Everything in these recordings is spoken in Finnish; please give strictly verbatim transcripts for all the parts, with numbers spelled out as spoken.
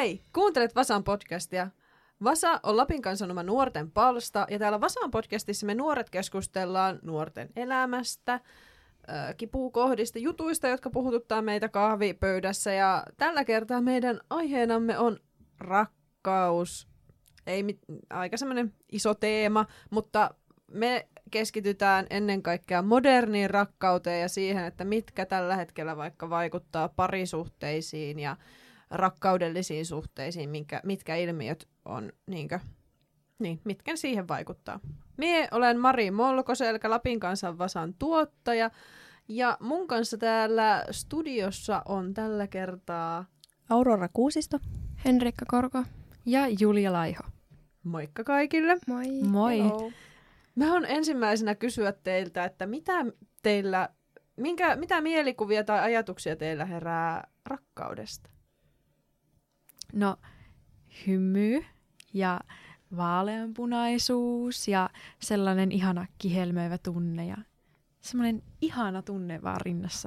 Hei, kuuntelet Vasan podcastia. Vasa on Lapin kansanoma nuorten palsta, ja täällä Vasan podcastissa me nuoret keskustellaan nuorten elämästä, kipukohdista, jutuista, jotka puhututtaa meitä kahvipöydässä, ja tällä kertaa meidän aiheenamme on rakkaus. Ei mit- aika semmoinen iso teema, mutta me keskitytään ennen kaikkea moderniin rakkauteen ja siihen, että mitkä tällä hetkellä vaikka vaikuttaa parisuhteisiin ja rakkaudellisiin suhteisiin, minkä, mitkä ilmiöt on, niinkö, niin, mitkä siihen vaikuttaa. Mie olen Mari Molkoselkä, Lapin kansan Vasan tuottaja, ja mun kanssa täällä studiossa on tällä kertaa Aurora Kuusisto, Henrikka Korko ja Julia Laiho. Moikka kaikille. Moi. Moi. Hello. Mä haluan ensimmäisenä kysyä teiltä, että mitä teillä, minkä, mitä mielikuvia tai ajatuksia teillä herää rakkaudesta? No, hymy ja vaaleanpunaisuus ja sellainen ihana kihelmöivä tunne ja semmoinen ihana tunne vaan rinnassa.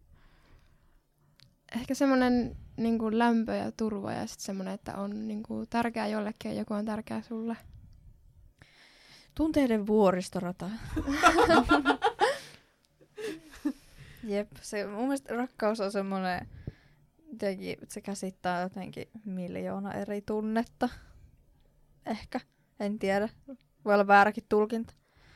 Ehkä semmoinen niinku lämpö ja turva ja sitten semmoinen, että on niinku tärkeää jollekin ja joku on tärkeää sulle. Tunteiden vuoristorata. Jep, se, mun mielestä rakkaus on semmoinen, jotenkin, se käsittää jotenkin miljoona eri tunnetta. Ehkä, en tiedä. Voi olla vääräkin tulkinta.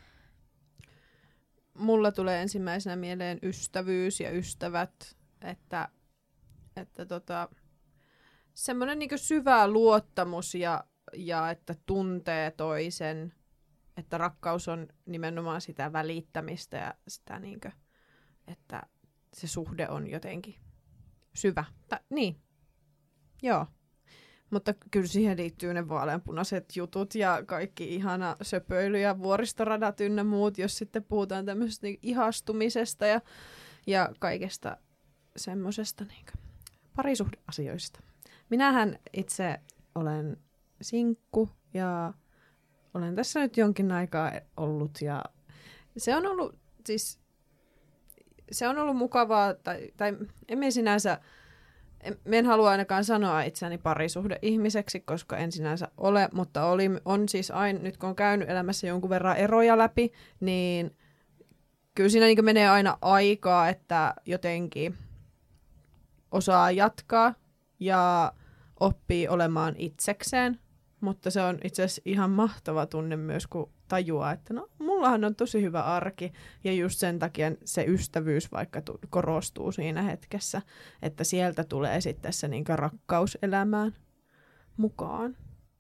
Mulla tulee ensimmäisenä mieleen ystävyys ja ystävät, että, että tota, semmoinen niinku syvä luottamus ja, ja että tuntee toisen, että rakkaus on nimenomaan sitä välittämistä ja sitä niinkö, että se suhde on jotenkin syvä. Ta- niin, joo. Mutta kyllä siihen liittyy ne vaaleanpunaiset jutut ja kaikki ihana söpöily ja vuoristoradat ynnä muut, jos sitten puhutaan tämmöisestä niin ihastumisesta ja, ja kaikesta semmoisesta niin parisuhdeasioista. Minähän itse olen sinkku ja olen tässä nyt jonkin aikaa ollut ja se on ollut siis se on ollut mukavaa tai, tai emme sinänsä en, en halua ainakaan sanoa itseäni parisuhde-ihmiseksi, koska en sinänsä ole, mutta oli, on siis aina, nyt kun on käynyt elämässä jonkun verran eroja läpi, niin kyllä siinä niin menee aina aikaa, että jotenkin osaa jatkaa ja oppii olemaan itsekseen, mutta se on itse asiassa ihan mahtava tunne myös, kun tajuaa, että no, mullahan on tosi hyvä arki, ja just sen takia se ystävyys vaikka tu- korostuu siinä hetkessä, että sieltä tulee sitten se niinkö rakkaus elämään mukaan.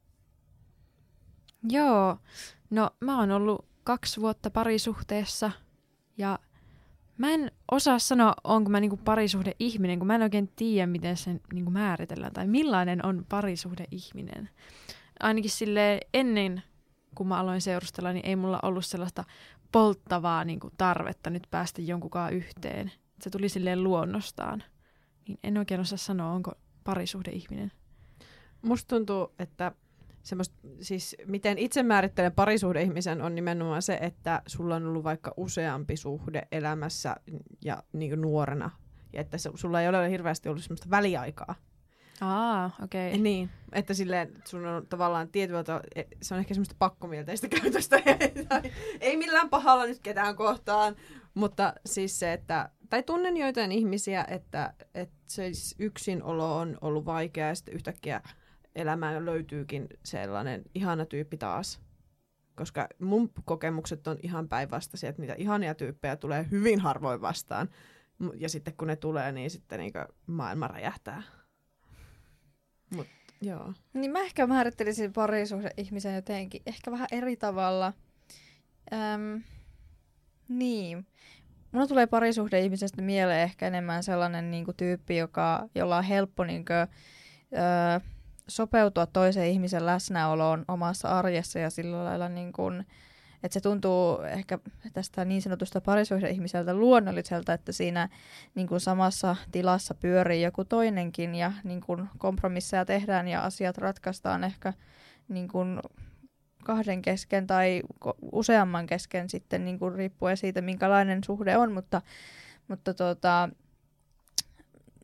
Joo, no mä oon ollut kaksi vuotta parisuhteessa ja mä en osaa sanoa, onko mä niinku parisuhde-ihminen, kun mä en oikein tiedä, miten sen niinku määritellään tai millainen on parisuhde-ihminen. Ainakin silleen ennen, kun mä aloin seurustella, niin ei mulla ollut sellaista polttavaa niinku tarvetta nyt päästä jonkunkaan yhteen. Se tuli silleen luonnostaan. Niin en oikein osaa sanoa, onko parisuhde-ihminen. Musta tuntuu, että semmoista, siis miten itse määrittelen parisuhde-ihmisen on nimenomaan se, että sulla on ollut vaikka useampi suhde elämässä ja niin kuin nuorena. Ja että se, sulla ei ole hirveästi ollut semmoista väliaikaa. Aa, okei. Okay. Niin, että silleen sun on tavallaan tietyllä tavalla, se on ehkä semmoista pakkomielteistä käytöstä. Ei millään pahalla nyt ketään kohtaan, mutta siis se, että, tai tunnen joitain ihmisiä, että, että se yksinolo on ollut vaikea ja sitten yhtäkkiä elämään löytyykin sellainen ihana tyyppi taas. Koska mun kokemukset on ihan päinvastaisia, että niitä ihania tyyppejä tulee hyvin harvoin vastaan. Ja sitten kun ne tulee, niin sitten niin maailma räjähtää. Mut, joo. Niin mä ehkä määrittelisin parisuhde-ihmisen jotenkin ehkä vähän eri tavalla. Öm, niin. Mulla tulee parisuhde-ihmisestä mieleen ehkä enemmän sellainen niinku tyyppi, joka, jolla on helppo niinku, öö, sopeutua toisen ihmisen läsnäoloon omassa arjessa ja sillä lailla, niin kuin, että se tuntuu ehkä tästä niin sanotusta parisuhde-ihmiseltä luonnolliselta, että siinä niin kuin samassa tilassa pyörii joku toinenkin ja niin kuin kompromisseja tehdään ja asiat ratkaistaan ehkä niin kuin kahden kesken tai useamman kesken sitten niin kuin riippuen siitä, minkälainen suhde on, mutta, mutta tota,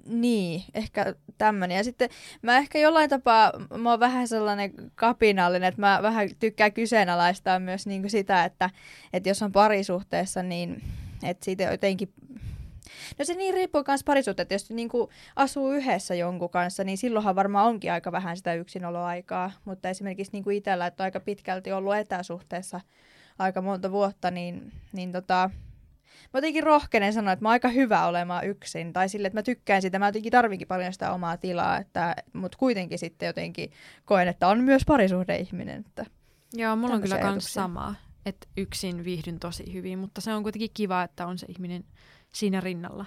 Niin, ehkä tämmöinen. Ja sitten mä ehkä jollain tapaa, mä oon vähän sellainen kapinallinen, että mä vähän tykkään kyseenalaistaa myös niin kuin sitä, että, että jos on parisuhteessa, niin että siitä jotenkin... No se niin riippuu myös parisuhteesta, jos niin kuin asuu yhdessä jonkun kanssa, niin silloinhan varmaan onkin aika vähän sitä yksinoloaikaa. Mutta esimerkiksi niin kuin itsellä, että on aika pitkälti ollut etäsuhteessa aika monta vuotta, niin, niin tota... Mä jotenkin rohkenen sanoa, että mä oon aika hyvä olemaan yksin. Tai sille, että mä tykkään sitä. Mä jotenkin tarvinkin paljon sitä omaa tilaa. Että, mutta kuitenkin sitten jotenkin koen, että on myös parisuhdeihminen. Että Joo, mulla on kyllä tämmöisiä kans ajatuksia. samaa. Että yksin viihdyn tosi hyvin. Mutta se on kuitenkin kiva, että on se ihminen siinä rinnalla.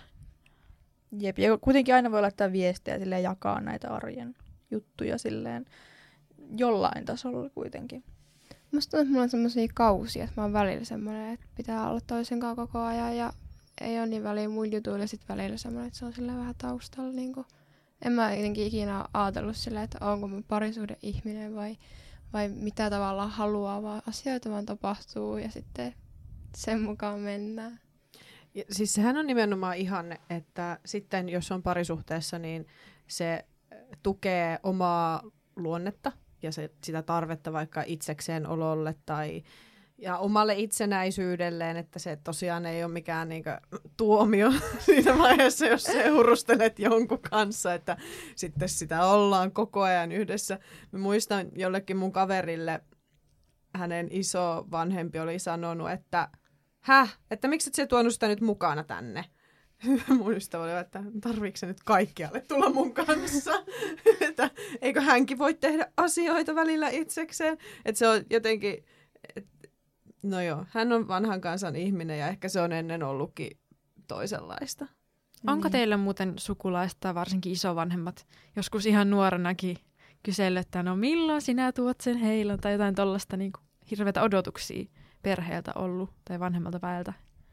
Jep, ja kuitenkin aina voi laittaa viestiä ja jakaa näitä arjen juttuja silleen jollain tasolla kuitenkin. Musta tuntuu, että mulla on semmosia kausia, että mä oon välillä semmoinen, että pitää olla toisen kanssa koko ajan ja ei ole niin väliä muilla jutuilla ja sit välillä semmoinen, että se on silleen vähän taustalla. Niin kuin, en mä jotenkin ikinä ajatellut silleen, että onko mä parisuhde ihminen vai, vai mitä tavallaan haluaa, vaan asioita vaan tapahtuu ja sitten sen mukaan mennään. Ja, siis sehän on nimenomaan ihanne, että sitten jos on parisuhteessa, niin se tukee omaa luonnetta ja se, sitä tarvetta vaikka itsekseen ololle tai ja omalle itsenäisyydelleen, että se tosiaan ei ole mikään niinkö tuomio siinä vaiheessa, jos seurustelet jonkun kanssa, että sitten sitä ollaan koko ajan yhdessä. Mä muistan jollekin mun kaverille, hänen iso vanhempi oli sanonut, että häh, että miksi et sä tuonut sitä nyt mukana tänne? Mun ystävä oli, että tarviiko se nyt kaikkialle tulla mun kanssa? Että eikö hänkin voi tehdä asioita välillä itsekseen? Että se on jotenkin, et, no joo, hän on vanhan kansan ihminen ja ehkä se on ennen ollutkin toisenlaista. Onko Niin. teillä muuten sukulaista, varsinkin isovanhemmat, joskus ihan nuorenakin kysellyt, että no milloin sinä tuot sen heilon tai jotain tollaista niin hirveätä odotuksia perheeltä ollut tai vanhemmalta väeltä?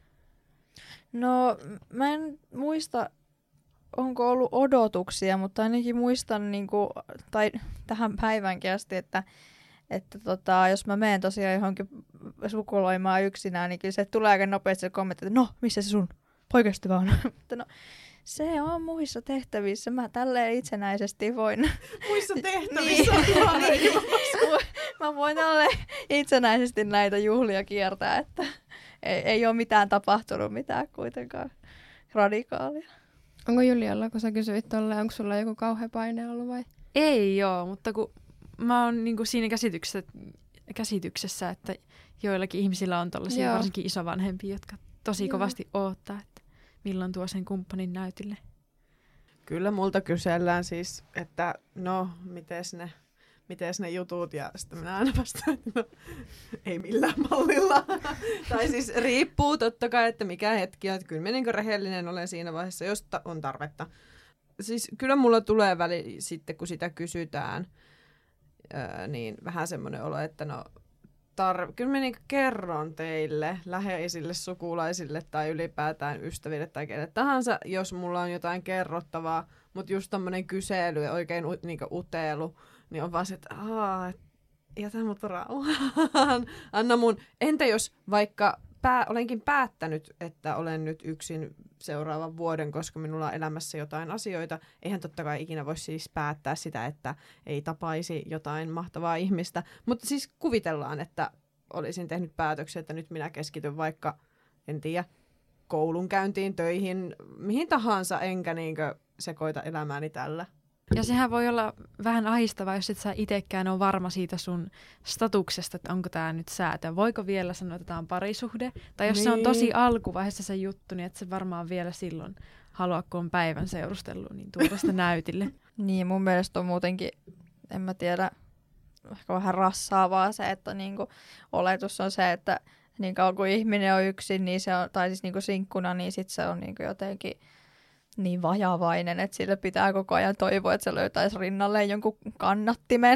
No mä en muista, onko ollut odotuksia, mutta ainakin muistan niinku, tai tähän päivänkin asti, että, että tota, jos mä menen tosiaan johonkin sukuloimaan yksinään, niin kyllä se tulee aika nopeasti se kommentti, että no, missä se sun poikaystävä on? Mutta no, se on muissa tehtävissä. Mä tälleen itsenäisesti voin. Muissa tehtävissä on Niin. ihan Niin. Mä voin tälleen itsenäisesti näitä juhlia kiertää, että ei, ei ole mitään tapahtunut, mitään kuitenkaan radikaalia. Onko Julialla, kun sä kysyit tolleen, onko sulla joku kauhea paine ollut vai? Ei joo, mutta kun mä oon niinku siinä käsityksessä, käsityksessä, että joillakin ihmisillä on tollaisia Joo. varsinkin isovanhempia, jotka tosi Joo. kovasti odottaa, että milloin tuo sen kumppanin näytille. Kyllä multa kysellään siis, että no, mites ne, mites ne jutut, ja sitten minä aina vastaan, että no, ei millään mallilla. Tai siis riippuu totta kai, että mikä hetki on, että kyllä minä niin rehellinen olen siinä vaiheessa, jos ta- on tarvetta. Siis kyllä mulla tulee väli sitten, kun sitä kysytään, öö, niin vähän semmoinen olo, että no, tar- kyllä minä niin kerron teille, läheisille sukulaisille tai ylipäätään ystäville tai kelle tahansa, jos mulla on jotain kerrottavaa, mutta just tommonen kysely ja oikein u- niin utelu, niin on vaan se, että aah, et jätä mut rauhaan. Anna mun, entä jos vaikka pää, olenkin päättänyt, että olen nyt yksin seuraavan vuoden, koska minulla on elämässä jotain asioita. Eihän totta kai ikinä voi siis päättää sitä, että ei tapaisi jotain mahtavaa ihmistä. Mutta siis kuvitellaan, että olisin tehnyt päätöksen, että nyt minä keskityn vaikka, en tiedä, koulunkäyntiin, töihin, mihin tahansa, enkä niinkö sekoita elämääni tällä. Ja sehän voi olla vähän ahdistavaa, jos et sä itsekään ole varma siitä sun statuksesta, että onko tämä nyt säätö. Voiko vielä sanoa, että tämä on parisuhde? Tai jos niin. se on tosi Niin. alkuvaiheessa se juttu, niin et se varmaan vielä silloin halua, kun on päivän seurustellut, niin tuoda sitä näytille. Niin, mun mielestä on muutenkin, en mä tiedä, ehkä vähän rassaavaa se, että niinku oletus on se, että niin kauan kuin ihminen on yksin, niin se on, tai siis niinku sinkkuna, niin sit se on niinku jotenkin niin vajavainen, että sille pitää koko ajan toivoa, että se löytäisi rinnalleen jonkun kannattimen.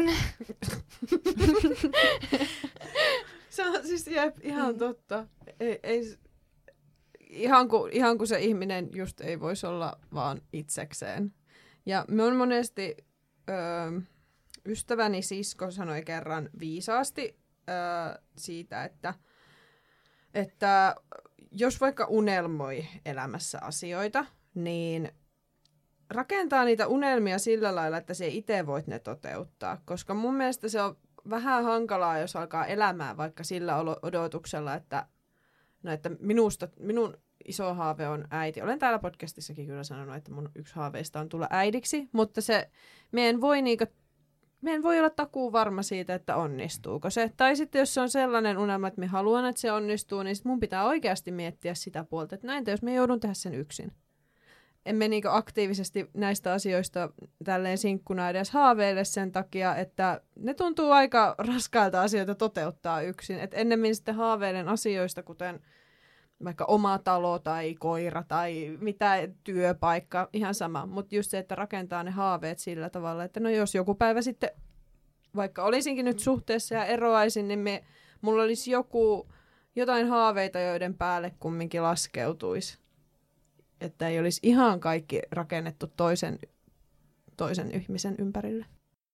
Se on siis jep, ihan totta. Ei, ei, ihan, kuin, ihan kuin se ihminen just ei voisi olla vaan itsekseen. Ja me on monesti, ö, ystäväni sisko sanoi kerran viisaasti ö, siitä, että, että jos vaikka unelmoi elämässä asioita, niin rakentaa niitä unelmia sillä lailla, että se itse voit ne toteuttaa. Koska mun mielestä se on vähän hankalaa, jos alkaa elämään vaikka sillä odotuksella, että, no, että minusta, minun iso haave on äiti. Olen täällä podcastissakin kyllä sanonut, että mun yksi haaveista on tulla äidiksi, mutta se, meidän voi niinku Meidän voi olla takuu varma siitä, että onnistuuko se. Tai sitten jos se on sellainen unelma, että me haluan, että se onnistuu, niin sit mun pitää oikeasti miettiä sitä puolta, että näin, jos me joudun tehdä sen yksin. Emme niinku aktiivisesti näistä asioista tälleen sinkkuna edes haaveille sen takia, että ne tuntuu aika raskailta asioita toteuttaa yksin. Et ennemmin sitten haaveilen asioista, kuten vaikka oma talo tai koira tai mitä työpaikka, ihan sama. Mutta just se, että rakentaa ne haaveet sillä tavalla, että no jos joku päivä sitten, vaikka olisinkin nyt suhteessa ja eroaisin, niin me, mulla olisi joku, jotain haaveita, joiden päälle kumminkin laskeutuisi. Että ei olisi ihan kaikki rakennettu toisen, toisen ihmisen ympärille.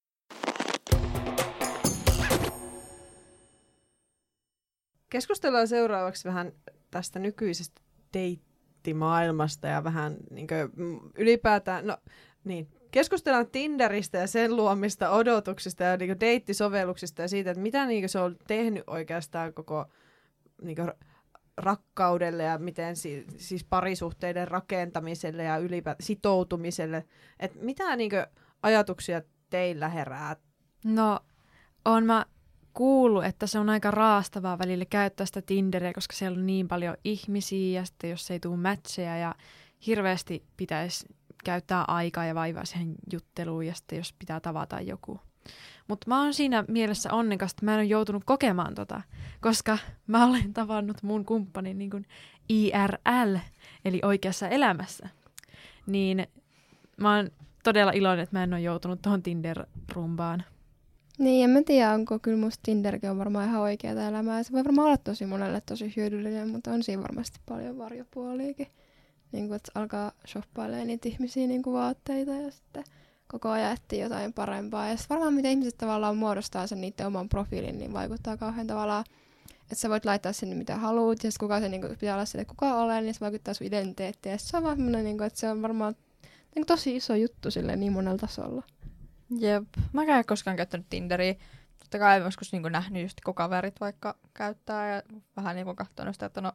Keskustellaan seuraavaksi vähän tästä nykyisestä deittimaailmasta ja vähän niin kuin ylipäätään, no niin, keskustellaan Tinderistä ja sen luomista odotuksista ja niin kuin deittisovelluksista ja siitä, että mitä niin kuin se on tehnyt oikeastaan koko niin kuin rakkaudelle ja miten si- siis parisuhteiden rakentamiselle ja ylipäätään sitoutumiselle. Että mitä niin kuin ajatuksia teillä herää? No, on mä kuullut, että se on aika raastavaa välillä käyttää sitä Tinderia, koska siellä on niin paljon ihmisiä ja sitten jos ei tule matcheja ja hirveästi pitäisi käyttää aikaa ja vaivaa siihen jutteluun ja sitten jos pitää tavata joku. Mutta mä oon siinä mielessä onnekas, että mä en ole joutunut kokemaan tota, koska mä olen tavannut mun kumppanin niin kuin I R L, eli oikeassa elämässä. Niin mä oon todella iloinen, että mä en ole joutunut tuohon Tinder-rumbaan. Niin, en mä tiedä, onko kyllä musta Tinderkin on varmaan ihan oikeaa elämää. Se voi varmaan olla tosi monelle tosi hyödyllinen, mutta on siinä varmasti paljon varjopuoliakin. Niin kuin, että alkaa shoppailemaan niitä ihmisiä niin kuin vaatteita ja sitten koko ajan etsii jotain parempaa. Ja sitten varmaan mitä ihmiset tavallaan muodostaa sen niiden oman profiilin, niin vaikuttaa kauhean tavallaan, että sä voit laittaa sinne mitä haluat ja sitten kuka se niin kuin, pitää olla sille, kuka olet, niin se vaikuttaa sun identiteettiin. Ja se on vaan semmoinen, niin kuin, että se on varmaan niin kuin, tosi iso juttu sille niin monella tasolla. Jep. Mä en koskaan käyttänyt Tinderiä. Totta kai olen joskus niin nähnyt just kun kaverit vaikka käyttää ja vähän niin katsonut sitä, että no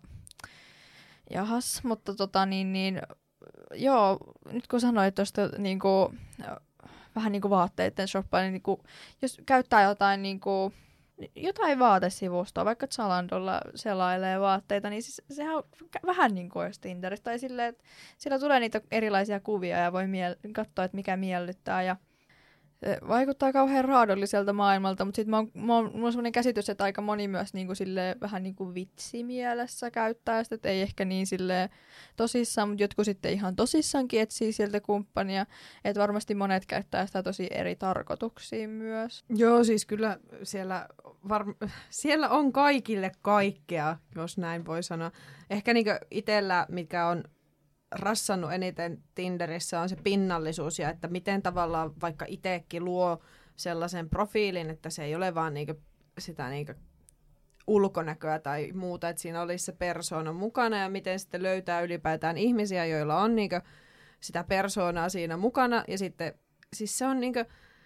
jahas. Mutta tota niin, niin joo, nyt kun sanoit tuosta niin kuin, vähän niin kuin vaatteiden shoppaa, niin, niin kuin, jos käyttää jotain niin kuin, jotain vaatesivustoa, vaikka Zalandolla selailee vaatteita, niin siis sehän on vähän niin kuin jos Tinderistä. Tai silleen, että siellä tulee niitä erilaisia kuvia ja voi miel- katsoa, että mikä miellyttää ja se vaikuttaa kauhean raadolliselta maailmalta, mutta sitten mulla on sellainen käsitys, että aika moni myös niinku silleen, vähän niinku vitsimielessä käyttää sitä, että ei ehkä niin silleen tosissaan, mutta jotkut sitten ihan tosissaankin etsii sieltä kumppania, että varmasti monet käyttää sitä tosi eri tarkoituksiin myös. Joo, siis kyllä siellä, var- siellä on kaikille kaikkea, jos näin voi sanoa. Ehkä niinku itsellä, mikä on rassannut eniten Tinderissä on se pinnallisuus ja että miten tavallaan vaikka itsekin luo sellaisen profiilin, että se ei ole vaan niinku sitä niinku ulkonäköä tai muuta, että siinä olisi se persoona mukana ja miten sitten löytää ylipäätään ihmisiä, joilla on niinku sitä persoonaa siinä mukana ja sitten siis se on niinku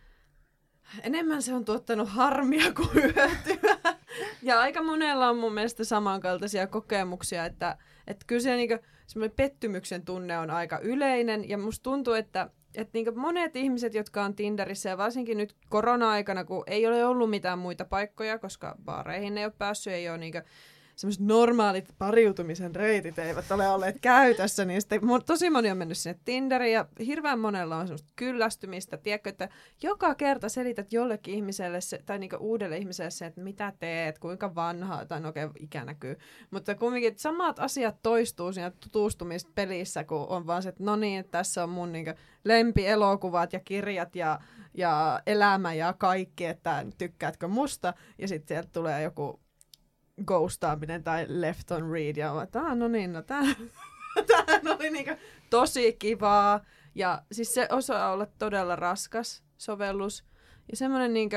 enemmän se on tuottanut harmia kuin hyötyä. Ja aika monella on mun mielestä samankaltaisia kokemuksia, että, että kyllä se niinku semmoinen pettymyksen tunne on aika yleinen. Ja musta tuntuu, että, että niinku monet ihmiset, jotka on Tinderissä ja varsinkin nyt korona-aikana, kun ei ole ollut mitään muita paikkoja, koska baareihin ei ole päässyt, ei ole niinku semmoiset normaalit pariutumisen reitit eivät ole olleet käytössä, niin sitten tosi moni on mennyt sinne Tinderiin ja hirveän monella on semmoista kyllästymistä. Tiedätkö, että joka kerta selität jollekin ihmiselle se, tai niinku uudelle ihmiselle se, että mitä teet, kuinka vanha, tai no okei, okay, ikä näkyy. Mutta kumminkin, että samat asiat toistuu siinä tutustumispelissä, kun on vaan se, että no niin, että tässä on mun niinku lempielokuvat ja kirjat ja, ja elämä ja kaikki, että tykkäätkö musta, ja sitten sieltä tulee joku ghostaaminen tai left on read ja että no niin, no tää, tää oli niinku tosi kivaa ja siis se osaa olla todella raskas sovellus ja semmoinen niinku,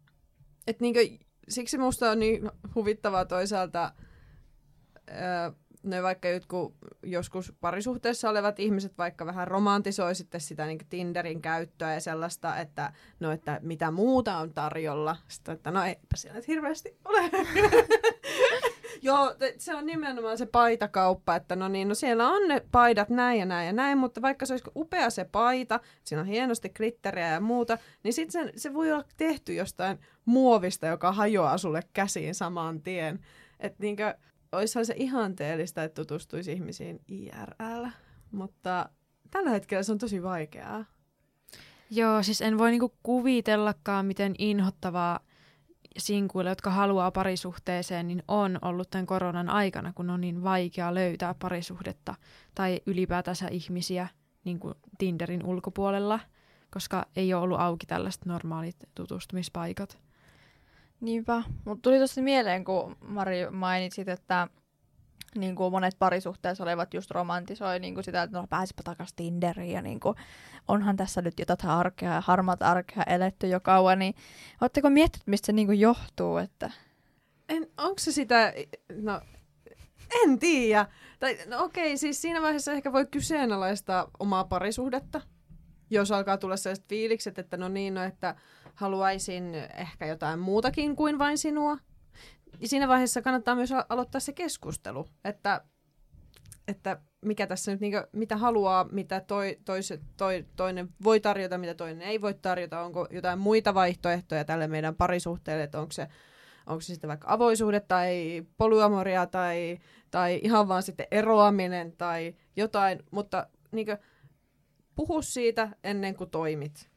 että niinku, siksi musta on niin huvittavaa toisaalta ää, ne vaikka jotkut joskus parisuhteessa olevat ihmiset vaikka vähän romantisoi sitten sitä niin kuin Tinderin käyttöä ja sellaista, että no, että mitä muuta on tarjolla. Sitten, että no eipä siellä nyt hirveästi ole. Joo, se on nimenomaan se paitakauppa, että no niin, no siellä on ne paidat näin ja näin ja näin, mutta vaikka se olisi upea se paita, siinä on hienosti glitteriä ja muuta, niin sitten se, se voi olla tehty jostain muovista, joka hajoaa sulle käsiin saman tien. Että niinkö, olisihan se ihanteellista, että tutustuisi ihmisiin I R L, mutta tällä hetkellä se on tosi vaikeaa. Joo, siis en voi niinku kuvitellakaan, miten inhottavaa sinkuille, jotka haluaa parisuhteeseen, niin on ollut tämän koronan aikana, kun on niin vaikea löytää parisuhdetta tai ylipäätänsä ihmisiä niin kuin Tinderin ulkopuolella, koska ei ole ollut auki tällaiset normaalit tutustumispaikat. Niinpä, mutta tuli tuossa mieleen, kun Mari mainitsit, että niin kuin monet parisuhteessa olevat just romantisoi niin kuin sitä, että no pääsipä takaisin Tinderiin ja niin kuin, onhan tässä nyt jo tätä arkea ja harmaata arkea eletty jo kauan, niin ootteko miettinyt, mistä se niin kuin johtuu? Että... En, onko se sitä, no en tiedä. Tai, no okei, siis siinä vaiheessa ehkä voi kyseenalaistaa omaa parisuhdetta, jos alkaa tulla sellaiset fiilikset, että no niin, no että haluaisin ehkä jotain muutakin kuin vain sinua. Ja siinä vaiheessa kannattaa myös aloittaa se keskustelu, että, että mikä tässä nyt, niinku, mitä haluaa, mitä toi, toiset, toi, toinen voi tarjota, mitä toinen ei voi tarjota, onko jotain muita vaihtoehtoja tälle meidän parisuhteelle, että onko se, onko se sitten vaikka avoisuudet tai polyamoria tai, tai ihan vaan sitten eroaminen tai jotain, mutta niinku, puhu siitä ennen kuin toimit.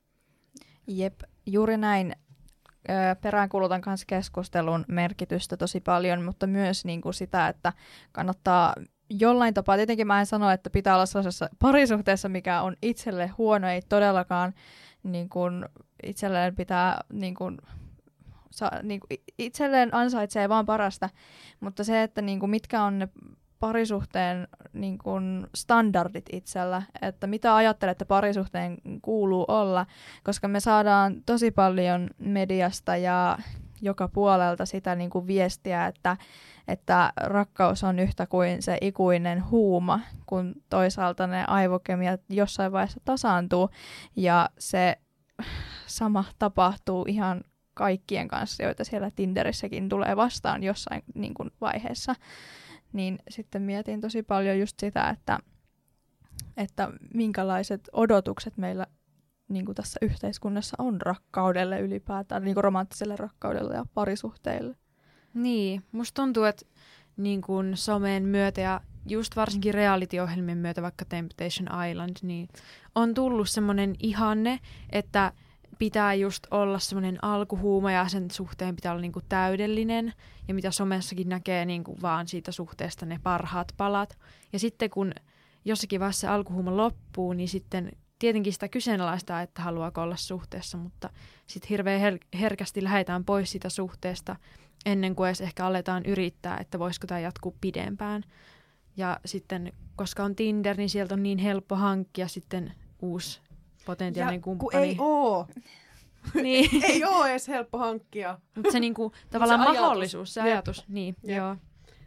Jep, juuri näin. Peräänkuulutan kanssa keskustelun merkitystä tosi paljon, mutta myös niin kuin sitä, että kannattaa jollain tapaa, tietenkin mä en sano, että pitää olla sellaisessa parisuhteessa, mikä on itselle huono, ei todellakaan niin kuin itselleen pitää, niin kuin, sa, niin kuin itselleen ansaitsee vaan parasta, mutta se, että niin kuin mitkä on ne parisuhteen niin kuin standardit itsellä, että mitä ajattelette parisuhteen kuuluu olla, koska me saadaan tosi paljon mediasta ja joka puolelta sitä niin kuin viestiä, että, että rakkaus on yhtä kuin se ikuinen huuma, kun toisaalta ne aivokemiat jossain vaiheessa tasaantuu ja se sama tapahtuu ihan kaikkien kanssa, joita siellä Tinderissäkin tulee vastaan jossain niin kuin vaiheessa. Niin sitten mietin tosi paljon just sitä, että, että minkälaiset odotukset meillä niin kuin tässä yhteiskunnassa on rakkaudelle ylipäätään, niin kuin romanttiselle rakkaudelle ja parisuhteille. Niin, musta tuntuu, että niin kuin somen myötä ja just varsinkin reality-ohjelmien myötä, vaikka Temptation Island, niin on tullut semmoinen ihanne, että pitää just olla semmoinen alkuhuuma ja sen suhteen pitää olla niinku täydellinen. Ja mitä somessakin näkee niinku vaan siitä suhteesta ne parhaat palat. Ja sitten kun jossakin vaiheessa se alkuhuuma loppuu, niin sitten tietenkin sitä kyseenalaistaa, että haluaako olla suhteessa. Mutta sitten hirveän her- herkästi lähdetään pois siitä suhteesta ennen kuin edes ehkä aletaan yrittää, että voisiko tämä jatkuu pidempään. Ja sitten, koska on Tinder, niin sieltä on niin helppo hankkia sitten uusi potentiaalinen kumppani. Kun ei oo. Niin. Ei oo edes helppo hankkia. Mutta se niinku, tavallaan se mahdollisuus, se Jep. ajatus. Niin, Jep. joo.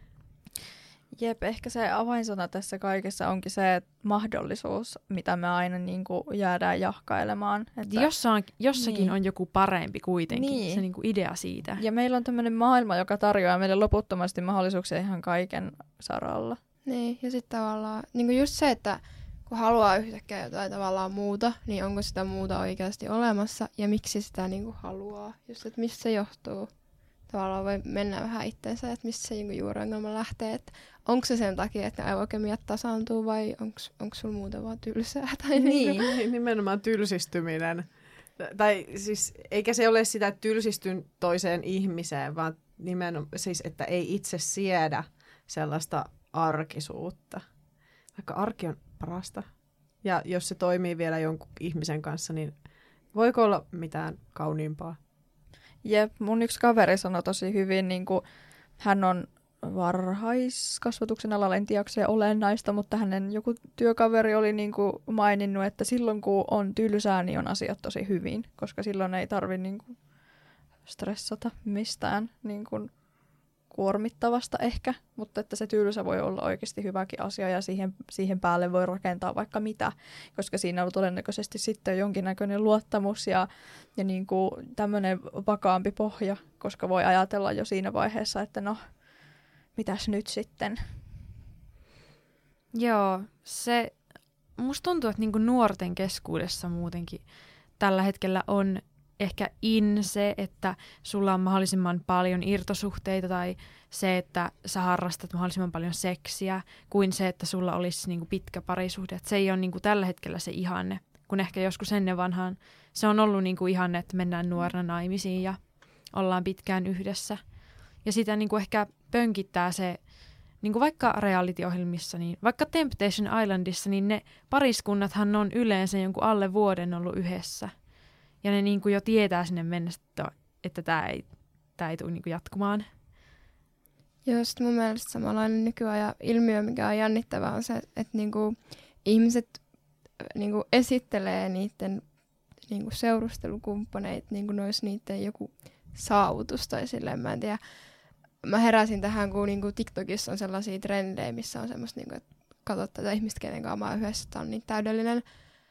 Jep, ehkä se avainsana tässä kaikessa onkin se mahdollisuus, mitä me aina niin kuin jäädään jahkailemaan. Että... Jossain, jossakin niin. on joku parempi kuitenkin, niin. se niinku idea siitä. Ja meillä on tämmöinen maailma, joka tarjoaa meille loputtomasti mahdollisuuksia ihan kaiken saralla. Niin, ja sitten tavallaan niin kuin just se, että kun haluaa yhtäkkiä jotain tavallaan muuta, niin onko sitä muuta oikeasti olemassa ja miksi sitä niin kuin haluaa. Just, että mistä se johtuu. Tavallaan voi mennä vähän itteensä, että mistä se niin kuin juurongelma lähtee. Että onko se sen takia, että ne aivokemiat tasaantuu vai onko sulla muuta vaan tylsää? Tai niin. Niin, nimenomaan tylsistyminen. Tai siis, eikä se ole sitä, että tylsistyn toiseen ihmiseen, vaan nimenomaan siis, että ei itse siedä sellaista arkisuutta. Vaikka arki on parasta. Ja jos se toimii vielä jonkun ihmisen kanssa, niin voiko olla mitään kauniimpaa? Jep, mun yksi kaveri sanoi tosi hyvin, niin kuin, hän on varhaiskasvatuksen alalla, en tiedä, onko se olennaista, mutta hänen joku työkaveri oli niin kuin maininnut, että silloin kun on tylsää, niin on asiat tosi hyvin, koska silloin ei tarvitse niin kuin stressata mistään niin kuin kuormittavasta ehkä, mutta että se tylsä voi olla oikeasti hyväkin asia ja siihen, siihen päälle voi rakentaa vaikka mitä, koska siinä on todennäköisesti sitten jonkinnäköinen luottamus ja, ja niin kuin tämmöinen vakaampi pohja, koska voi ajatella jo siinä vaiheessa, että no, mitäs nyt sitten? Joo, se musta tuntuu, että niinku nuorten keskuudessa muutenkin tällä hetkellä on ehkä in se, että sulla on mahdollisimman paljon irtosuhteita tai se, että sä harrastat mahdollisimman paljon seksiä, kuin se, että sulla olisi niinku pitkä parisuhde. Et se ei ole niinku tällä hetkellä se ihanne, kun ehkä joskus ennen vanhaan se on ollut niinku ihanne, että mennään nuorena naimisiin ja ollaan pitkään yhdessä. Ja sitä niinku ehkä pönkittää se, niin kuin vaikka reality-ohjelmissa, niin vaikka Temptation Islandissa, niin ne pariskunnathan on yleensä jonkun alle vuoden ollut yhdessä. Ja ne niin kuin jo tietää sinne mennessä, että tämä ei, tää ei tule niin kuin jatkumaan. Joo, sitten mun mielestä samanlainen nykyajan ilmiö, mikä on jännittävää, on se, että niinku ihmiset niinku esittelee niiden niinku seurustelukumppaneita, niin kuin ne olisi niiden joku saavutus tai silleen, mä en tiedä. Mä heräsin tähän, kun niinku TikTokissa on sellaisia trendejä, missä on semmoista, niinku, että katsot tätä ihmistä, kenen kanssa mä oon yhdessä, että on niin täydellinen.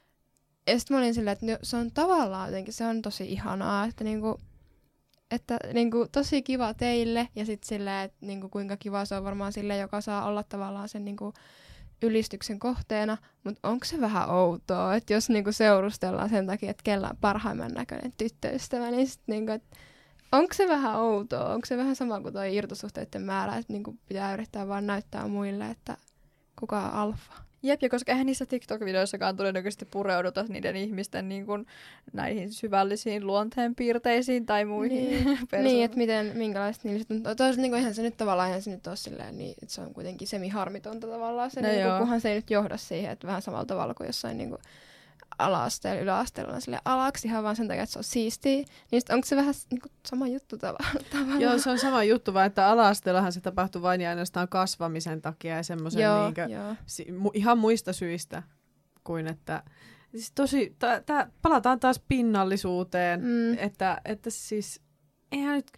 Ja sitten mä olin silleen, että se on tavallaan jotenkin, se on tosi ihanaa, että, niinku, että niinku, tosi kiva teille. Ja sitten silleen, että niinku, kuinka kiva se on varmaan sille, joka saa olla tavallaan sen niinku, ylistyksen kohteena. Mutta onko se vähän outoa, että jos niinku, seurustellaan sen takia, että kellä on parhaimman näköinen tyttöystävä, niin sitten niinku, että onko se vähän outoa? Onko se vähän sama kuin tuo irtosuhteiden määrä, että niinku pitää yrittää vaan näyttää muille, että kuka on alfa? Jep, ja koska eihän niissä TikTok-videoissakaan todennäköisesti pureuduta niiden ihmisten niin kuin, näihin syvällisiin luonteenpiirteisiin tai muihin Niin, persoon- niin että miten, minkälaiset niillä sitten on. Toisaalta niin eihän se nyt tavallaan, eihän se nyt ole silleen, niin, että se on kuitenkin semi-harmitonta tavallaan se, No niin kuin, joo. kunhan se ei nyt johda siihen, että vähän samalla tavalla kuin jossain niin kuin, ala-asteella, yläasteella on silleen alaksi ihan vaan sen takia, että se on siistiä, niin onko se vähän niin kuin, sama juttu tav- tavallaan? Joo, se on sama juttu, vaan että ala-asteellahan se tapahtuu vain ja ainoastaan kasvamisen takia ja semmoisen Joo, niinkö, joo. si, mu, ihan muista syistä kuin että siis tosi, tää, tää, palataan taas pinnallisuuteen, Mm. että, että siis eihän nyt,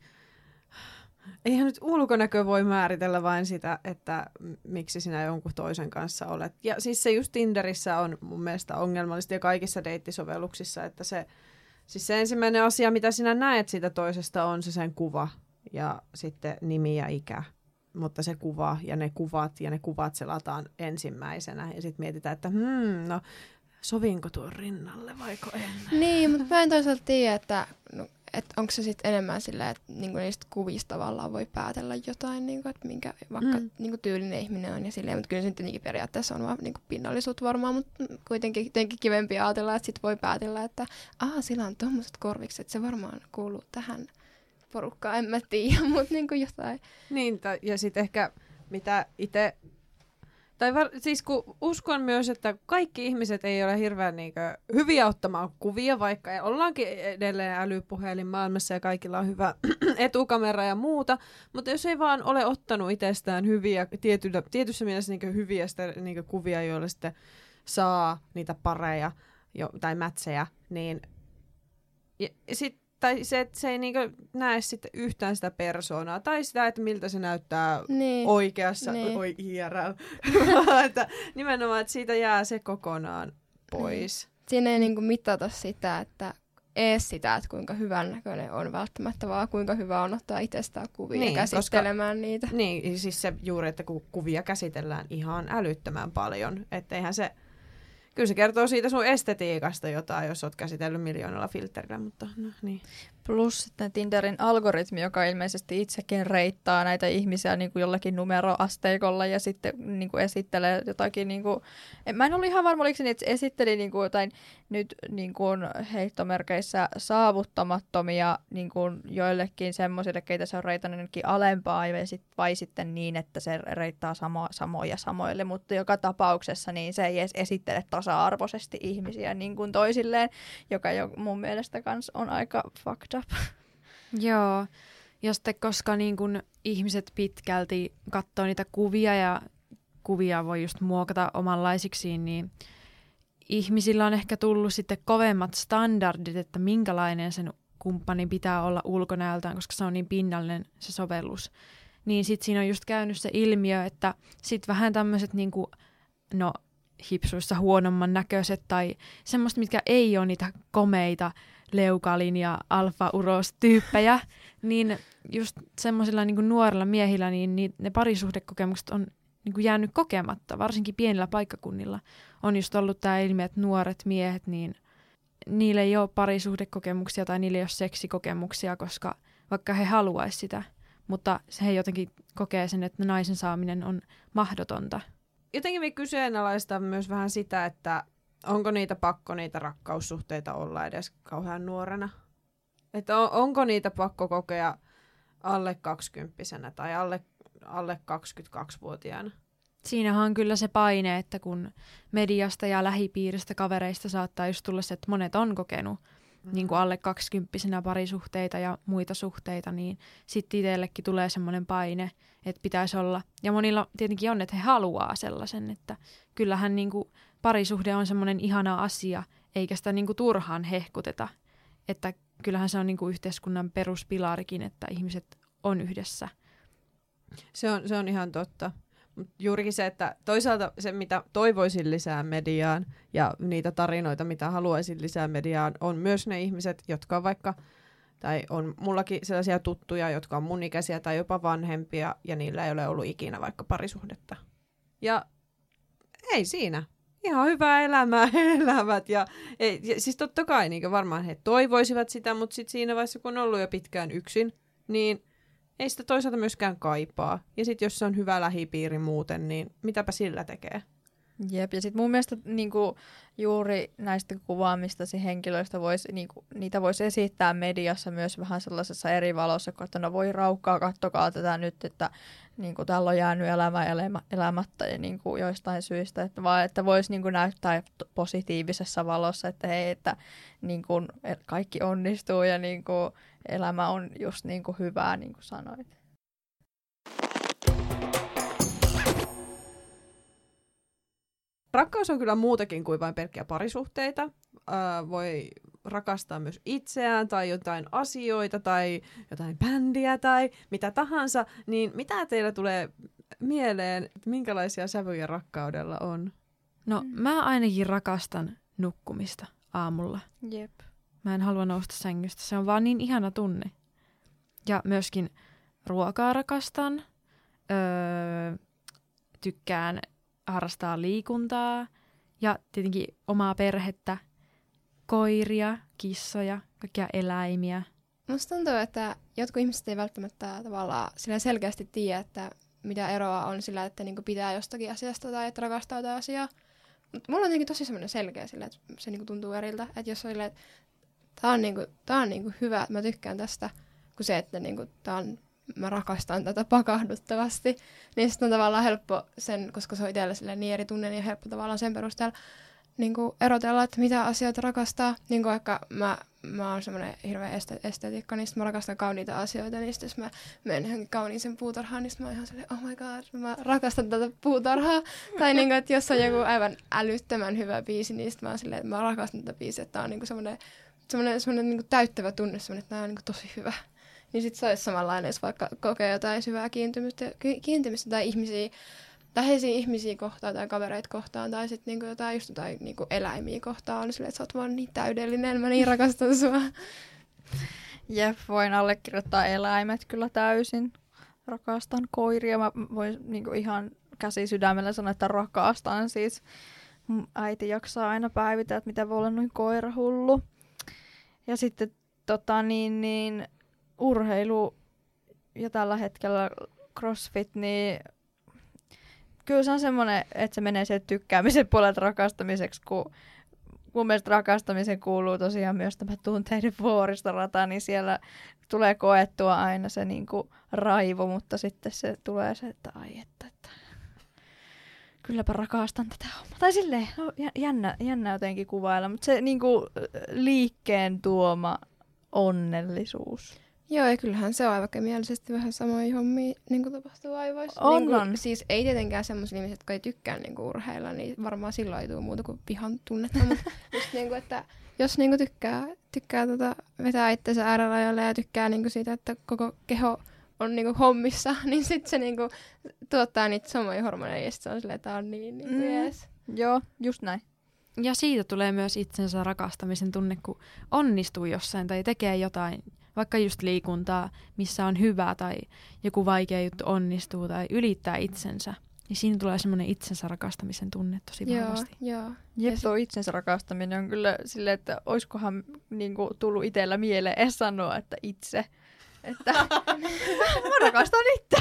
eihän nyt ulkonäkö voi määritellä vain sitä, että miksi sinä jonkun toisen kanssa olet. Ja siis se just Tinderissä on mun mielestä ongelmallista ja kaikissa deittisovelluksissa, että se, siis se ensimmäinen asia, mitä sinä näet siitä toisesta, on se sen kuva ja sitten nimi ja ikä. Mutta se kuva ja ne kuvat ja ne kuvat selataan ensimmäisenä ja sitten mietitään, että hmm, no sovinko tuon rinnalle vaiko en? Niin, mutta mä en toisaalta tiedä, että no, et onko se sitten enemmän silleen, että niinku niistä kuvista tavallaan voi päätellä jotain, niinku, että minkä vaikka Mm. niinku tyylinen ihminen on ja silleen, mutta kyllä se nyt tietenkin periaatteessa on vaan niinku pinnallisuutta varmaan, mutta kuitenkin jotenkin kivempi ajatella, että sit voi päätellä, että aha, sillä on tommoset korvikset, se varmaan kuuluu tähän porukkaan, en mä tiedä, mutta niinku jotain. Niin, ta- ja sitten ehkä mitä itse, tai var- siis kun uskon myös, että kaikki ihmiset ei ole hirveän niinkö hyviä ottamaan kuvia, vaikka ollaankin edelleen älypuhelin maailmassa ja kaikilla on hyvä etukamera ja muuta, mutta jos ei vaan ole ottanut itsestään hyviä, tietyllä, tietyssä mielessä niinkö hyviä sitä, niinkö kuvia, joilla sitten saa niitä pareja jo, tai mätsejä, niin ja, ja sit tai se, että se ei niinku näe sitten yhtään sitä persoonaa, tai sitä, että miltä se näyttää Niin. oikeassa, Niin. oi I R L, että nimenomaan, että siitä jää se kokonaan pois. Siinä ei niinku mitata sitä, että ees sitä, että kuinka hyvän näköinen on välttämättä, vaan kuinka hyvä on ottaa itsestään kuvia Niin, ja käsittelemään koska, niitä. Niin, siis se juuri, että kun kuvia käsitellään ihan älyttömän paljon, että eihän se, kyllä se kertoo siitä sun estetiikasta jotain, jos oot käsitellyt miljoonalla filterillä, mutta no niin. Plus sitten Tinderin algoritmi, joka ilmeisesti itsekin reittaa näitä ihmisiä niin kuin jollakin numeroasteikolla ja sitten niin kuin esittelee jotakin, niin kuin, mä en ollut ihan varma, oliko se niin, että se esitteli niin kuin jotain nyt niin kuin heittomerkeissä saavuttamattomia niin kuin joillekin semmoisille, keitä se on reitannut jonnekin alempaa ja sit, vai sitten niin, että se reittaa samo, samoja samoille, mutta joka tapauksessa niin se ei edes esittele tasa-arvoisesti ihmisiä niin kuin toisilleen, joka jo mun mielestä kans on aika fucked up. Joo, ja sitten koska niin kun ihmiset pitkälti katsoo niitä kuvia ja kuvia voi just muokata omanlaisiksiin, niin ihmisillä on ehkä tullut sitten kovemmat standardit, että minkälainen sen kumppanin pitää olla ulkonäöltään, koska se on niin pinnallinen se sovellus. niin sit siinä on just käynyt se ilmiö, että sit vähän tämmöiset niinku, no hipsuissa huonomman näköiset tai semmoista, mitkä ei ole niitä komeita leukalin ja alfa-uros-tyyppejä, niin just semmoisilla niinku nuorilla miehillä niin, niin ne parisuhdekokemukset on niinku jäänyt kokematta, varsinkin pienillä paikkakunnilla. On just ollut tämä ilmiö, että nuoret miehet, niin niillä ei ole parisuhdekokemuksia tai niillä ei ole seksikokemuksia, koska vaikka he haluaisi sitä, mutta he jotenkin kokee sen, että naisen saaminen on mahdotonta. Jotenkin me kyseenalaistaan myös vähän sitä, että onko niitä pakko niitä rakkaussuhteita olla edes kauhean nuorena. Että on, onko niitä pakko kokea alle kaksikymppisenä tai alle, alle kaksikymmentäkaksivuotiaana. Siinähän on kyllä se paine, että kun mediasta ja lähipiiristä kavereista saattaa just tulla se, että monet on kokenut mm. niin kuin alle kaksikymppisenä parisuhteita ja muita suhteita, niin sitten itsellekin tulee semmoinen paine, että pitäisi olla. Ja monilla tietenkin on, että he haluaa sellaisen, että kyllähän niin kuin parisuhde on semmoinen ihana asia, eikä sitä niin kuin turhaan hehkuteta. Että kyllähän se on niin kuin yhteiskunnan peruspilarikin, että ihmiset on yhdessä. Se on, se on ihan totta. Mut juurikin se, että toisaalta se, mitä toivoisin lisää mediaan ja niitä tarinoita, mitä haluaisin lisää mediaan, on myös ne ihmiset, jotka on vaikka, tai on mullakin sellaisia tuttuja, jotka on mun ikäisiä tai jopa vanhempia, ja niillä ei ole ollut ikinä vaikka parisuhdetta. Ja ei siinä. Ihan hyvää elämää he elävät. Ja, ei, ja siis totta kai niin varmaan he toivoisivat sitä, mutta sitten siinä vaiheessa, kun on ollut jo pitkään yksin, niin ei sitä toisaalta myöskään kaipaa. Ja sitten jos se on hyvä lähipiiri muuten, niin mitäpä sillä tekee? Jep, ja sitten mun mielestä niinku, juuri näistä kuvaamistasi henkilöistä vois, niinku, niitä voisi esittää mediassa myös vähän sellaisessa eri valossa, että no voi raukkaa, kattokaa tätä nyt, että niinku, täällä on jäänyt elämä elämä, elämättä ja niinku, joistain syistä, että, vaan, että voisi niinku, näyttää positiivisessa valossa, että hei, että niinku, kaikki onnistuu ja niinku, elämä on just niinku, hyvää, niin kuin sanoit. Rakkaus on kyllä muutakin kuin vain pelkkiä parisuhteita. Äh, voi rakastaa myös itseään tai jotain asioita tai jotain bändiä tai mitä tahansa. Niin mitä teillä tulee mieleen, että minkälaisia sävyjä rakkaudella on? No mä ainakin rakastan nukkumista aamulla. Jep. Mä en halua nousta sängystä. Se on vaan niin ihana tunne. Ja myöskin ruokaa rakastan. Öö, tykkään harrastaa liikuntaa ja tietenkin omaa perhettä, koiria, kissoja, kaikkia eläimiä. Musta tuntuu, että jotkut ihmiset ei välttämättä tavallaan sillä selkeästi tiedä, että mitä eroa on sillä, että niinku pitää jostakin asiasta tai että rakastaa jotain asiaa. Mutta mulla on jotenkin tosi semmoinen selkeä sillä, että se niinku tuntuu eriltä. Että jos on silleen, että tää on, niinku, tää on niinku hyvä, että mä tykkään tästä, kuin se, että niinku, tää on, mä rakastan tätä pakahduttavasti, niin sitten on tavallaan helppo sen, koska se on itselle niin eri tunne, niin helppo tavallaan sen perusteella niin kuin erotella, että mitä asioita rakastaa. Niin kuin vaikka mä, mä oon semmoinen hirveä este- estetiikka, niin mä rakastan kauniita asioita, niin sitten jos mä menen johonkin kauniisen puutarhaan, niin mä oon ihan silleen, oh my god, mä rakastan tätä puutarhaa. Tai niin kuin, että jos on joku aivan älyttömän hyvä biisi, niin sitten mä oon silleen, että mä rakastan tätä biisiä, että tää on niin kuin semmoinen, semmoinen, semmoinen niin kuin täyttävä tunne, semmoinen, että tää on niin kuin tosi hyvä. Niin sitten se olisi samanlainen, jos vaikka kokee jotain syvää kiintymistä, kiintymistä tai ihmisiä, läheisiä ihmisiä kohtaan tai kavereita kohtaan tai sitten niinku jotain, just jotain niinku eläimiä kohtaan. On silleen, että sä oot vaan niin täydellinen, mä niin rakastan sua. Jep, voin allekirjoittaa eläimet kyllä täysin. Rakastan koiria. Mä voin niinku ihan käsi sydämellä sanoa, että rakastan siis. Mun äiti jaksaa aina päivitä, että mitä voi olla noin koirahullu. Ja sitten tota niin, niin urheilu ja tällä hetkellä CrossFit, niin kyllä se on semmoinen, että se menee sieltä tykkäämisen puolelta rakastamiseksi, kun mun mielestä rakastamisen kuuluu tosiaan myös tämä tunteiden vuoristorata, niin siellä tulee koettua aina se niinku raivo, mutta sitten se tulee se, että ai että, että kylläpä rakastan tätä hommaa. Tai silleen, no, jännä, jännä jotenkin kuvailla, mutta se niinku liikkeen tuoma onnellisuus. Joo, ja kyllähän se on aivan kemiallisesti vähän samoja hommia niin kuin tapahtuu aivoissa. On, niin kuin, on. Siis ei tietenkään semmoisia ihmisiä, jotka ei tykkää niin kuin urheilla, niin varmaan silloin ei tule muuta kuin vihan tunnetta. Mutta just niin kuin, että jos niin kuin tykkää, tykkää tota, vetää itsensä äärirajoille ja tykkää niin kuin siitä, että koko keho on niinku hommissa, niin sitten se niinku tuottaa niitä samoja hormoneja ja sit se on silleen, että tää on niin niinku Mm. jees. Joo, just näin. Ja siitä tulee myös itsensä rakastamisen tunne, kun onnistuu jossain tai tekee jotain, vaikka just liikuntaa, missä on hyvä tai joku vaikea juttu onnistuu tai ylittää itsensä. Niin siinä tulee semmoinen itsensä rakastamisen tunne tosi Joo, vahvasti. joo. Jep, Ja tuo itsensä rakastaminen on kyllä silleen, että oiskohan niinku, tullut itsellä mieleen edes sanoa, että itse. Että mä rakastan itse.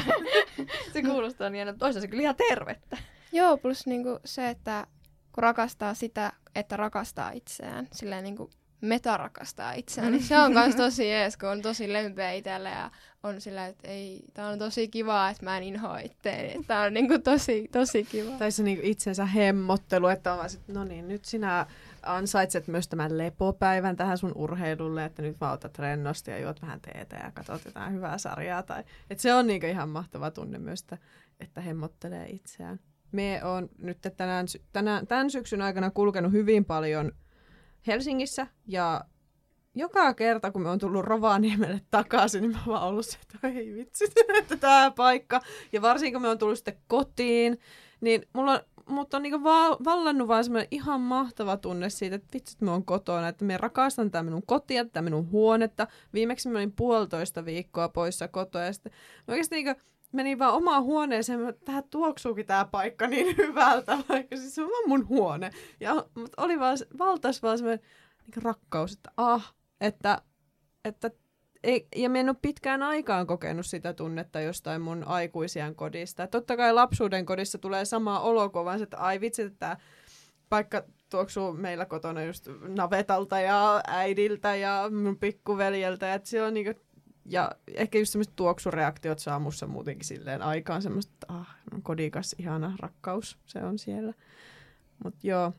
Se kuulostaa niin, että toisaalta se kyllä ihan tervettä. Joo, plus niinku se, että kun rakastaa sitä, että rakastaa itseään, silleen niinku meta rakastaa itseään, niin se on kans tosi jees, kun on tosi lempeä itselle ja on sillä, että ei, tää on tosi kivaa, että mä en inhoa itteeni. Tää on niinku tosi, tosi kiva. Tai se niinku itsensä hemmottelu, että on vaan sit, no niin, nyt sinä ansaitset myös tämän lepopäivän tähän sun urheilulle, että nyt vaan otat rennosti ja juot vähän teetä ja katsot jotain hyvää sarjaa. Tai, että se on niinku ihan mahtava tunne myös, että, että hemmottelee itseään. Me on nyt tänään, tänään, tämän syksyn aikana kulkenut hyvin paljon Helsingissä ja joka kerta, kun me on tullut Rovaniemelle takaisin, niin mä oon vaan ollut se, että ei vitsi, että tää paikka. Ja varsinkin kun me on tullut sitten kotiin, niin mulla on, mut on niinku va- vallannut vaan semmoinen ihan mahtava tunne siitä, että vitsi, että mä oon kotona, että mä rakastan tää minun kotia, tää minun huonetta. Viimeksi mä olin puolitoista viikkoa poissa kotoa ja sitten mä oikeasti niinku menin vaan omaan huoneeseen, että tähän tuoksuukin tää paikka niin hyvältä, vaikka siis se on vaan mun huone. Ja, mutta oli vaan, valtais vaan semmoinen niin rakkaus, että ah, että, että ei, ja mä en ole pitkään aikaan kokenut sitä tunnetta jostain mun aikuisiän kodista. Totta kai lapsuuden kodissa tulee sama olo, kun vaan se, että ai vitsi, että tää paikka tuoksuu meillä kotona just navetalta ja äidiltä ja mun pikkuveljeltä, että se on niinku. Ja ehkä just semmoiset tuoksureaktiot saa musta muutenkin silleen aikaan semmoista, että ah, kodikas, ihana rakkaus, se on siellä. Mut joo,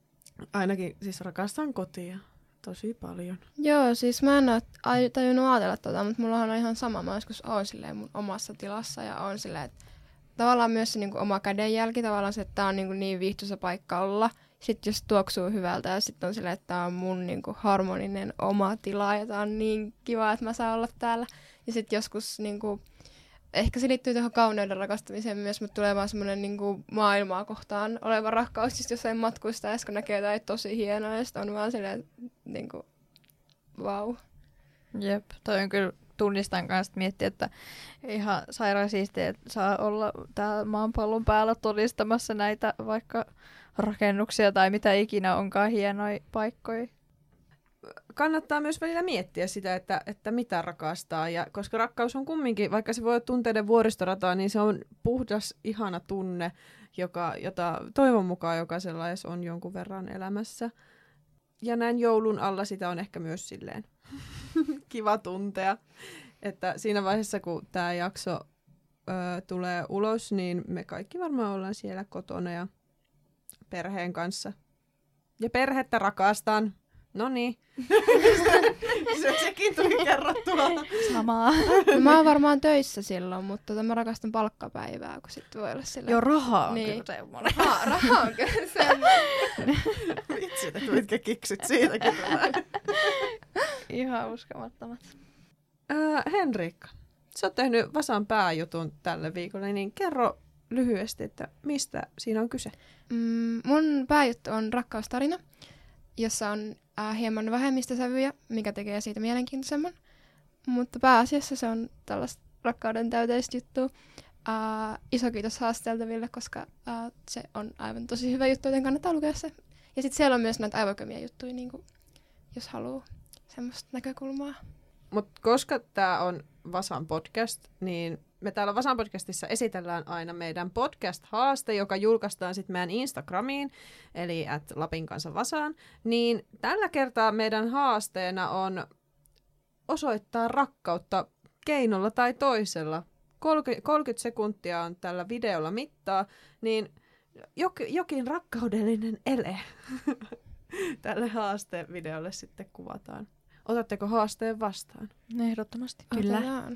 ainakin siis rakastan kotia tosi paljon. Joo, siis mä en oo aj- tajunnut ajatella tota, mutta mullahan on ihan sama. Mä joskus oon silleen mun omassa tilassa ja on silleen, että tavallaan myös se niinku oma kädenjälki, tavallaan se, että tää on niinku niin viihtyisä paikka olla. Sitten jos tuoksuu hyvältä ja sitten on silleen, että tää on mun niinku harmoninen oma tila ja tää on niin kiva, että mä saan olla täällä. Ja sitten joskus niinku, ehkä se liittyy tuohon kauneuden rakastamiseen myös, mutta tulee vaan semmoinen niinku maailmaa kohtaan oleva rakkaus, just jossain matkuista ja kun näkee jotain tosi hienoa ja sitten on vaan silleen, niinku, vau. Wow. Jep, toi on kyllä, tunnistan kanssa miettiä, että ihan sairaan siistiä, että saa olla täällä maanpallon päällä todistamassa näitä vaikka rakennuksia tai mitä ikinä onkaan hienoja paikkoja. Kannattaa myös välillä miettiä sitä, että, että mitä rakastaa, ja koska rakkaus on kumminkin, vaikka se voi olla tunteiden vuoristorataa, niin se on puhdas, ihana tunne, joka, jota toivon mukaan jokaisella edes on jonkun verran elämässä. Ja näin joulun alla sitä on ehkä myös silleen kiva tuntea, että siinä vaiheessa, kun tämä jakso ö, tulee ulos, niin me kaikki varmaan ollaan siellä kotona ja perheen kanssa. Ja perhettä rakastan. No niin. se, sekin tuli kerrottua. Samaa. No, mä oon varmaan töissä silloin, mutta tota mä rakastan palkkapäivää, kun sit voi olla silleen. Joo, rahaa on niin. kyllä semmoinen. Raha, raha on kyllä semmoinen. Vitsi, että mitkä kiksit siitäkin tulee. Ihan uskomattomat. Äh, Henriikka, sä oot tehnyt Vasan pääjutun tälle viikolle, niin kerro lyhyesti, että mistä siinä on kyse? Mm, mun pääjuttu on rakkaustarina, jossa on äh, hieman vähemmistösävyjä, mikä tekee siitä mielenkiintoisemman. Mutta pääasiassa se on tällaista rakkauden täyteistä juttua. Äh, iso kiitos haasteltaville, koska äh, se on aivan tosi hyvä juttu, joten kannattaa lukea se. Ja sitten siellä on myös näitä aivokömiä juttuja, niin kuin, jos haluaa semmoista näkökulmaa. Mutta koska tämä on Vasan podcast, niin me täällä Vasan podcastissa esitellään aina meidän podcast-haaste, joka julkaistaan sitten meidän Instagramiin, eli at Lapin kanssa Vasaan. Niin tällä kertaa meidän haasteena on osoittaa rakkautta keinolla tai toisella. kolmekymmentä sekuntia on tällä videolla mittaa, niin jokin rakkaudellinen ele tälle haastevideolle sitten kuvataan. Otatteko haasteen vastaan? Ehdottomasti. Kyllä. Otetaan.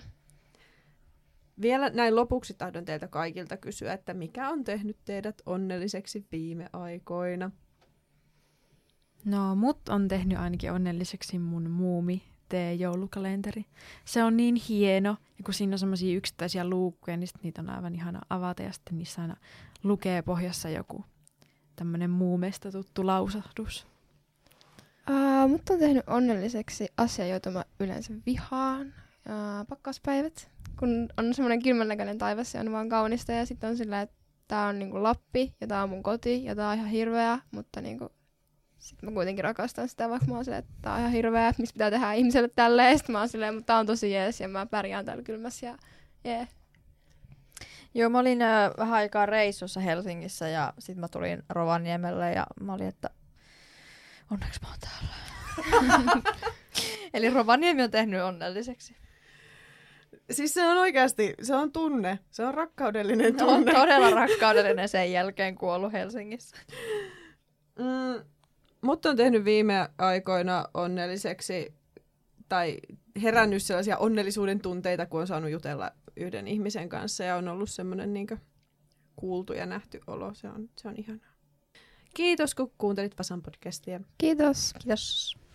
Vielä näin lopuksi tahdon teiltä kaikilta kysyä, että mikä on tehnyt teidät onnelliseksi viime aikoina? No, mut on tehnyt ainakin onnelliseksi mun muumi T-joulukalenteri. Se on niin hieno, ja kun siinä on semmoisia yksittäisiä luukkuja, niin sit niitä on aivan ihana avata, ja sitten niissä aina lukee pohjassa joku tämmönen muumesta tuttu lausahdus. Uh, mutta on tehnyt onnelliseksi asia, jota mä yleensä vihaan. Uh, pakkauspäivät. Kun on semmoinen kylmän taivas, se on vaan kaunista, ja sitten on sillä, että tää on niinku Lappi, ja tää on mun koti, ja tää on ihan hirveä, mutta niinku sitten mä kuitenkin rakastan sitä, vaikka mä oon silleen, että tää on ihan hirveä, mistä pitää tehdä ihmiselle tälleen, ja sit mä oon silleen, mutta tää on tosi jees, ja mä pärjään täällä kylmässä, ja jee. Joo, mä olin ö, vähän aikaa reissussa Helsingissä, ja sit mä tulin Rovaniemelle, ja mä olin, että onneksi mä oon täällä. Eli Rovaniemi on tehnyt onnelliseksi. Siis se on oikeasti, se on tunne. Se on rakkaudellinen On tunne. todella rakkaudellinen sen jälkeen kuollut Helsingissä. Mm, mut on tehnyt viime aikoina onnelliseksi tai herännyt sellaisia onnellisuuden tunteita, kun on saanut jutella yhden ihmisen kanssa ja on ollut semmoinen niinkö kuultu ja nähty olo. Se on, se on ihanaa. Kiitos, kun kuuntelit Vasan podcastia. Kiitos. Kiitos.